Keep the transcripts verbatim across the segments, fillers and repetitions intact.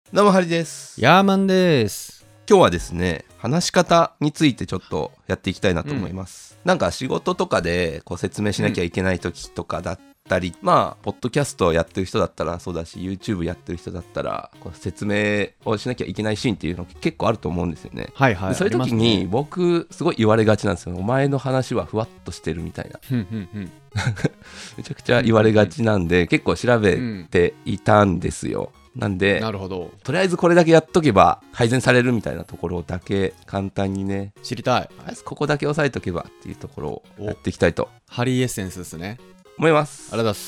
どうもハリです。 ヤーマンです。 今日はですね、話し方についてちょっとやっていきたいなと思います、うん、なんか仕事とかでこう説明しなきゃいけない時とかだったり、うん、まあポッドキャストをやってる人だったらそうだし YouTube やってる人だったらこう説明をしなきゃいけないシーンっていうの結構あると思うんですよね。 はいはい、 そういう時に僕すごい言われがちなんですよ。お前の話はふわっとしてるみたいなめちゃくちゃ言われがちなんで結構調べていたんですよ。なんでなるほど、 とりあえずこれだけやっとけば改善されるみたいなところだけ簡単にね知りたい。 ここだけ押さえとけばっていうところをやっていきたいとハリーエッセンスですね。 思います。 ありがとうございます。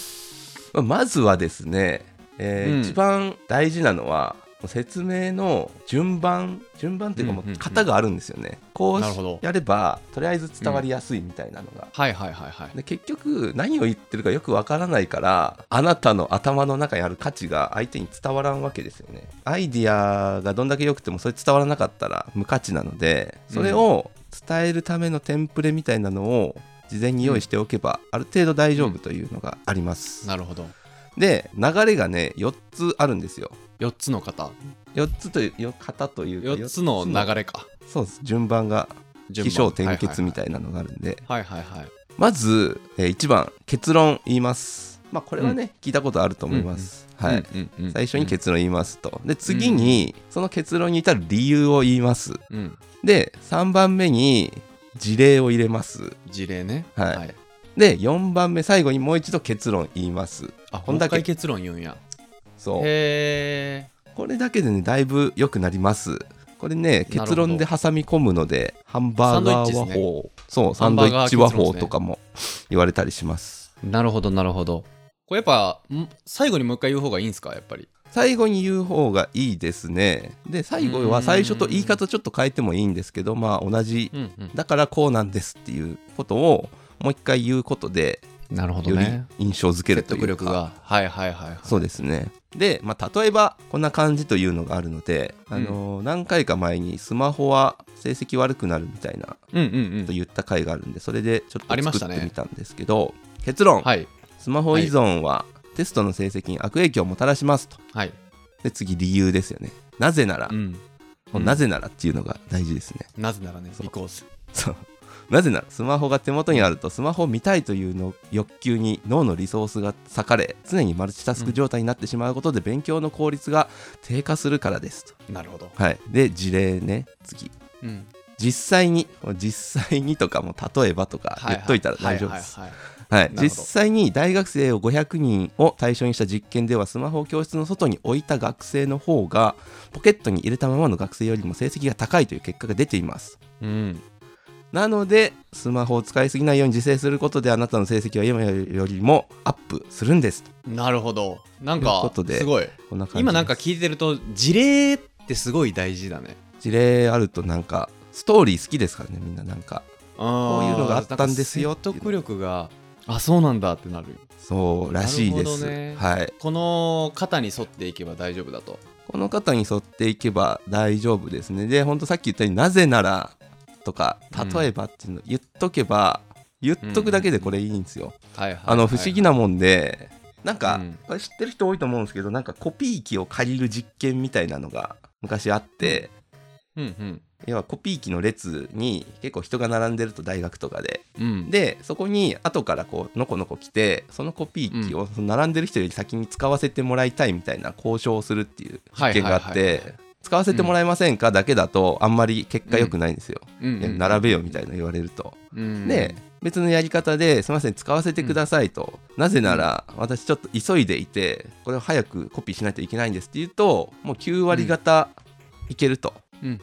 まずはですね、えーうん、一番大事なのは説明の順番順番っていうかもう型があるんですよね、うんうんうん、こうやればとりあえず伝わりやすいみたいなのが、 うん、はいはいはいはい。 で結局何を言ってるかよくわからないからあなたの頭の中にある価値が相手に伝わらんわけですよね。アイディアがどんだけ良くてもそれ伝わらなかったら無価値なので、それを伝えるためのテンプレみたいなのを事前に用意しておけばある程度大丈夫というのがあります、 うん、なるほど。 で流れがねよっつあるんですよ。 よっつの型よっつという型というかよっつの流れか。 そうです。順番が起承転結みたいなのがあるんで、 はいはいはい、 まず、えー、いちばん結論言います。まあこれはね、うん、聞いたことあると思います、うんうん、はい、うんうんうん、最初に結論言いますと。で次にその結論に至る理由を言います、うん、でさんばんめに事例を入れます。 事例ね、 はい、はい、でよんばんめ最後にもう一度結論言います。 あ、こんだけもう一回結論言うんや。 そう、 へー、 これだけでねだいぶ良くなります。これね結論で挟み込むのでハンバーガー和法、ね、そうサンドイッチ和法とかも言われたりします。 なるほどなるほど。これやっぱ最後にもう一回言う方がいいんですか？やっぱり最後に言う方がいいですね。で最後は最初と言い方ちょっと変えてもいいんですけど、まあ同じ、うんうん、だからこうなんですっていうことをもう一回言うことでなるほど、ね、 より印象づけるというか説得力が、はいはいはいはい、 そうですね。で、まあ、例えばこんな感じというのがあるので、あのーうん、何回か前にスマホは成績悪くなるみたいな、うんうんうん、と言った回があるんでそれでちょっと作ってみたんですけど、ね、結論、はい、スマホ依存はテストの成績に悪影響をもたらしますと、はい、で次理由ですよね。なぜなら、うんうん、なぜならっていうのが大事ですね。 なぜならね、because そうなぜならスマホが手元にあるとスマホを見たいというの欲求に脳のリソースが割かれ常にマルチタスク状態になってしまうことで勉強の効率が低下するからですと。 なるほど、 はい、で事例ね次、うん、実際に実際にとかも例えばとか言っといたら大丈夫です。実際に大学生をごひゃくにんを対象にした実験ではスマホを教室の外に置いた学生の方がポケットに入れたままの学生よりも成績が高いという結果が出ています、うん、なのでスマホを使いすぎないように自制することであなたの成績は今よりもアップするんですと。 なるほど。なんかすごいこんな感じ今なんか聞いてると事例ってすごい大事だね。 事例あるとなんかストーリー好きですからね。みんななんかこういうのがあったんですよっていう説得力があそうなんだってなる。 そうらしいです、ね、はい、 この型に沿っていけば大丈夫だと。 この型に沿っていけば大丈夫ですね。でほんとさっき言ったようになぜならとか例えばっていうのを言っとけば、うん、言っとくだけでこれいいんですよ。あの不思議なもんでなんか、うん、これ知ってる人多いと思うんですけどなんかコピー機を借りる実験みたいなのが昔あって、うんうんうん、要はコピー機の列に結構人が並んでると大学とかで、うん、でそこに後からこうのこのこ来てそのコピー機を並んでる人より先に使わせてもらいたいみたいな交渉をするっていう実験があって、使わせてもらえませんか、うん、だけだとあんまり結果良くないんですよ、うんね、並べよみたいな言われると、うん、で別のやり方ですみません使わせてくださいと、うん、なぜなら私ちょっと急いでいてこれを早くコピーしないといけないんですって言うともうきゅう割方いけると、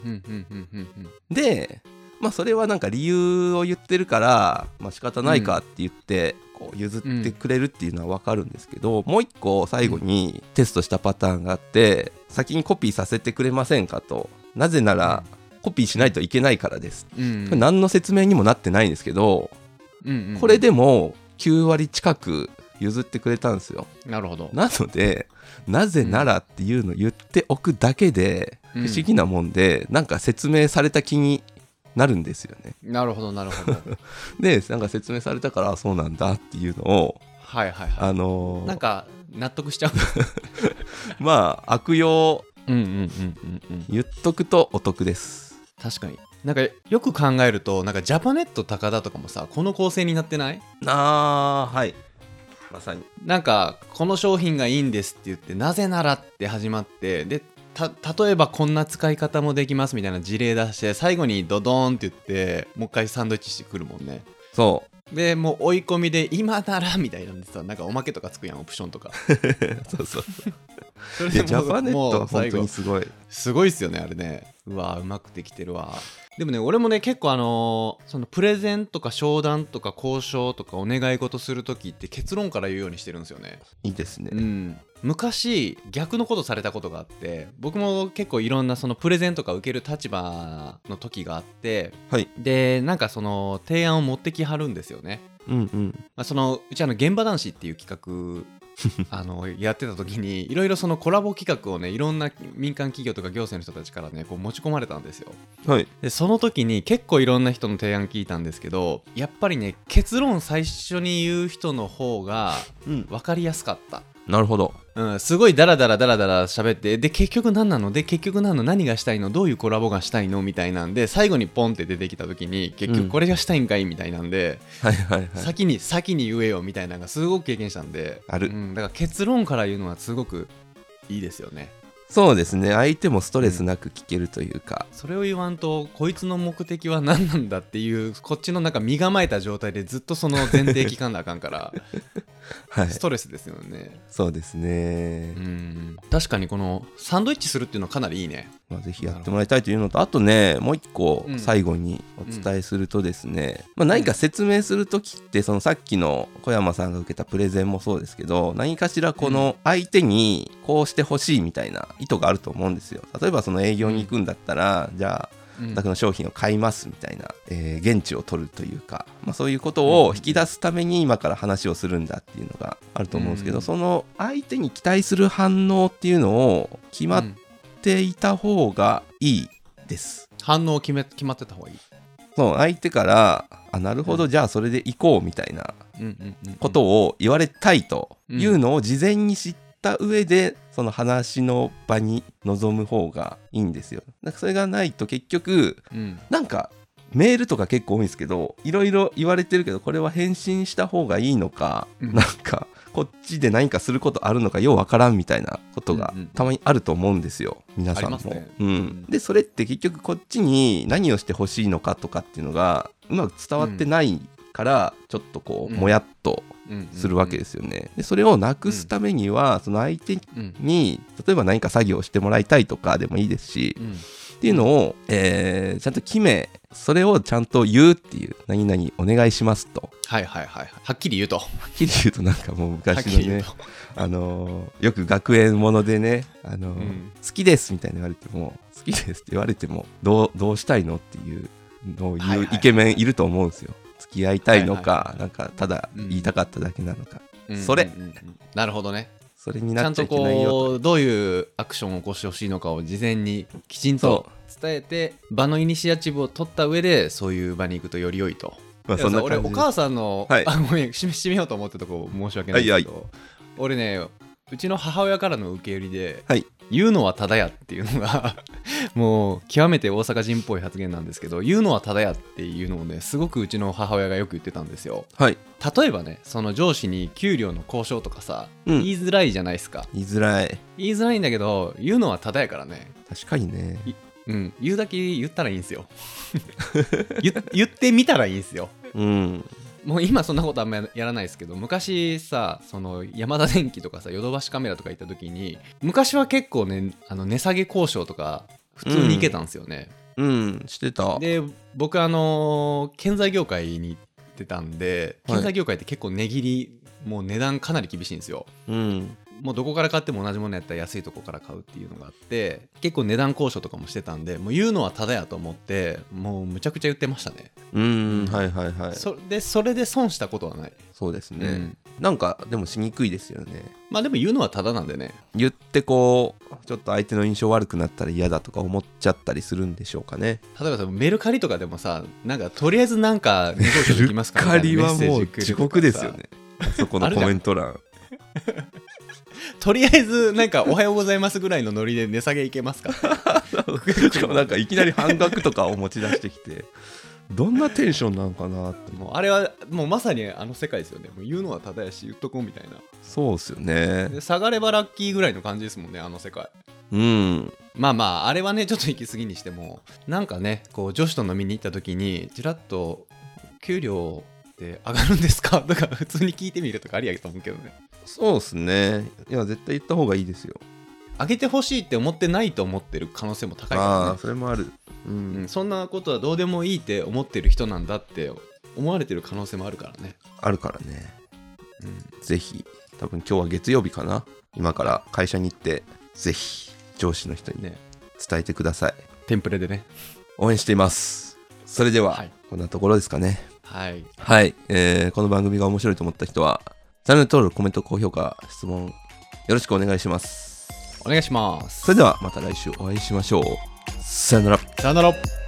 で、まあ、それはなんか理由を言ってるから、まあ、仕方ないかって言ってこう譲ってくれるっていうのは分かるんですけど、もう一個最後にテストしたパターンがあって先にコピーさせてくれませんかと。なぜならコピーしないといけないからです、うん、これ何の説明にもなってないんですけど、うんうんうん、これでもきゅう割近く譲ってくれたんですよ。 なるほど。 なのでなぜならっていうのを言っておくだけで不思議なもんで、うん、なんか説明された気になるんですよね。 なるほどなるほどでなんか説明されたからそうなんだっていうのをはいはいはい、 あのー、 なんか納得しちゃうまあ悪用うんうんうんうんうん。 言っとくとお得です。 確かに。なんかよく考えると、なんかジャパネット高田とかもさ、この構成になってない？ あー、はい。まさに。 なんかこの商品がいいんですって言って、なぜならって始まって、でた例えばこんな使い方もできますみたいな事例出して、最後にドドーンって言ってもう一回サンドイッチしてくるもんね。 そうでもう追い込みで今ならみたいなんでさ、なんかおまけとかつくやん、オプションとかそうそうそれでもジャパネットはもう最後本当にすごいすごいっすよねあれね。うわうまくできてるわ。でもね、俺もね結構あのー、そのプレゼンとか商談とか交渉とかお願い事するときって結論から言うようにしてるんですよね。 いいですね。 うん、昔逆のことされたことがあって、僕も結構いろんなそのプレゼンとか受ける立場の時があって、 はい。 でなんかその提案を持ってきはるんですよね。 うんうん。 まあ、そのうちあの現場男子っていう企画あのやってた時にいろいろそのコラボ企画をね、いろんな民間企業とか行政の人たちからねこう持ち込まれたんですよ。 はい。 でその時に結構いろんな人の提案聞いたんですけど、やっぱりね結論最初に言う人の方がうん。 分かりやすかった。 なるほど。 うん、すごいダラダラダラダラ喋って、で結局何なので結局何の何がしたいの、どういうコラボがしたいのみたいなんで、最後にポンって出てきた時に結局これがしたいんかいみたいなんで、 はいはいはい。 先に先に言えよみたいなのがすごく経験したんで、 あるうん、だから結論から言うのはすごくいいですよね。 そうですね。相手もストレスなく聞けるというか、 それを言わんとこいつの目的は何なんだっていうこっちのなんか身構えた状態でずっとその前提聞かんなあかんからはい。 ストレスですよね。 そうですね。 うん、確かにこのサンドイッチするっていうのはかなりいいね。 まあ、ぜひやってもらいたいというのと、あとね、もう一個うん最後にお伝えするとですね、まあ、何か説明するときって、そのさっきの小山さんが受けたプレゼンもそうですけど、何かしらこの相手にこうしてほしいみたいな意図があると思うんですよ。例えばその営業に行くんだったら、じゃあお宅の商品を買いますみたいな、えー、現地を取るというか、まあ、そういうことを引き出すために今から話をするんだっていうのがあると思うんですけど、その相手に期待する反応っていうのを決まっていた方がいいです。 反応を決め決まってた方がいい。 そう、相手からあなるほど、じゃあそれで行こうみたいなことを言われたいというのを事前に知った上でその話の場に臨む方がいいんですよ。なんかそれがないと結局、うん、なんかメールとか結構多いんですけど、いろいろ言われてるけどこれは返信した方がいいのか、うん、なんかこっちで何かすることあるのかようわからんみたいなことがたまにあると思うんですよ、皆さんも、ね、うん、でそれって結局こっちに何をしてほしいのかとかっていうのがうまく伝わってないから、ちょっとこうもやっとするわけですよね。でそれをなくすためには、その相手に例えば何か作業をしてもらいたいとかでもいいですし、っていうのを、えー、ちゃんと決め、それをちゃんと言うっていう、何々お願いしますと、 はいはいはい、はっきり言うとはっきり言うとなんかもう昔のね、あのー、よく学園ものでね、あのーうん、好きですみたいに言われても、好きですって言われてもどう、どうしたいのっていうのを言うイケメンいると思うんですよ。付き合いたいのか、はいはいはい、なんかただ言いたかっただけなのか、うん、それ、 うんうんうん、なるほどね。 それになっちゃいけないよと。 ちゃんとこうどういうアクションを起こしてほしいのかを事前にきちんと伝えて、場のイニシアチブを取った上でそういう場に行くとより良いと。まあ、そんな俺お母さんの、はい、あごめん締めようと思ったとこ申し訳ないんですけど、はいはい、俺ねうちの母親からの受け売りで、はい、言うのはただやっていうのがもう極めて大阪人っぽい発言なんですけど、言うのはただやっていうのをねすごくうちの母親がよく言ってたんですよ、はい、例えばねその上司に給料の交渉とかさ、うん、言いづらいじゃないですか。 言いづらい言いづらいんだけど言うのはただやからね。 確かにね、 うん、言うだけ言ったらいいんですよ言, 言ってみたらいいんですよ、うん、もう今そんなことあんまやらないですけど、昔さそのヤマダ電機とかさヨドバシカメラとか行った時に昔は結構ねあの値下げ交渉とか普通に行けたんですよね。 うん、うん、してた。 で僕あの建材業界に行ってたんで、建材業界って結構値切り、はい、もう値段かなり厳しいんですよ、うん、もうどこから買っても同じものやったら安いとこから買うっていうのがあって、結構値段交渉とかもしてたんで、もう言うのはただやと思ってもうむちゃくちゃ言ってましたね。 うーん、はいはいはい。 そでそれで損したことはない。 そうですね、うん、なんかでもしにくいですよね。 まあでも言うのはただなんでね、 言ってこうちょっと相手の印象悪くなったら嫌だとか思っちゃったりするんでしょうかね。 例えばさメルカリとかでもさ、なんかとりあえずなんかネゴショできますかみたいなメッセージ来るとかさ、 メルカリはもう地獄ですよねそこのコメント欄とりあえずなんかおはようございますぐらいのノリで値下げいけますかしかもなんかいきなり半額とかを持ち出してきてどんなテンションなのかなって。 もうあれはもうまさにあの世界ですよね。もう言うのはただやし言っとこうみたいな。 そうですよね。 で下がればラッキーぐらいの感じですもんね、あの世界。 うん。 まあまああれはねちょっと行き過ぎにしても、なんかねこう女子と飲みに行った時にちらっと給料って上がるんですかとか普通に聞いてみるとかありやと思うけどね。 そうですね。いや絶対言った方がいいですよ。 上げてほしいって思ってないと思ってる可能性も高いからね。 ああそれもある。 うん、そんなことはどうでもいいって思ってる人なんだって思われてる可能性もあるからね。 あるからね。うん、ぜひ多分今日は月曜日かな。今から会社に行ってぜひ上司の人にね伝えてください。 テンプレでね。 応援しています。それでは、はい、こんなところですかね。 はいはい、えー、この番組が面白いと思った人はチャンネル登録、コメント、高評価、質問よろしくお願いします。 お願いします。 それではまた来週お会いしましょう。さよなら。 さよなら。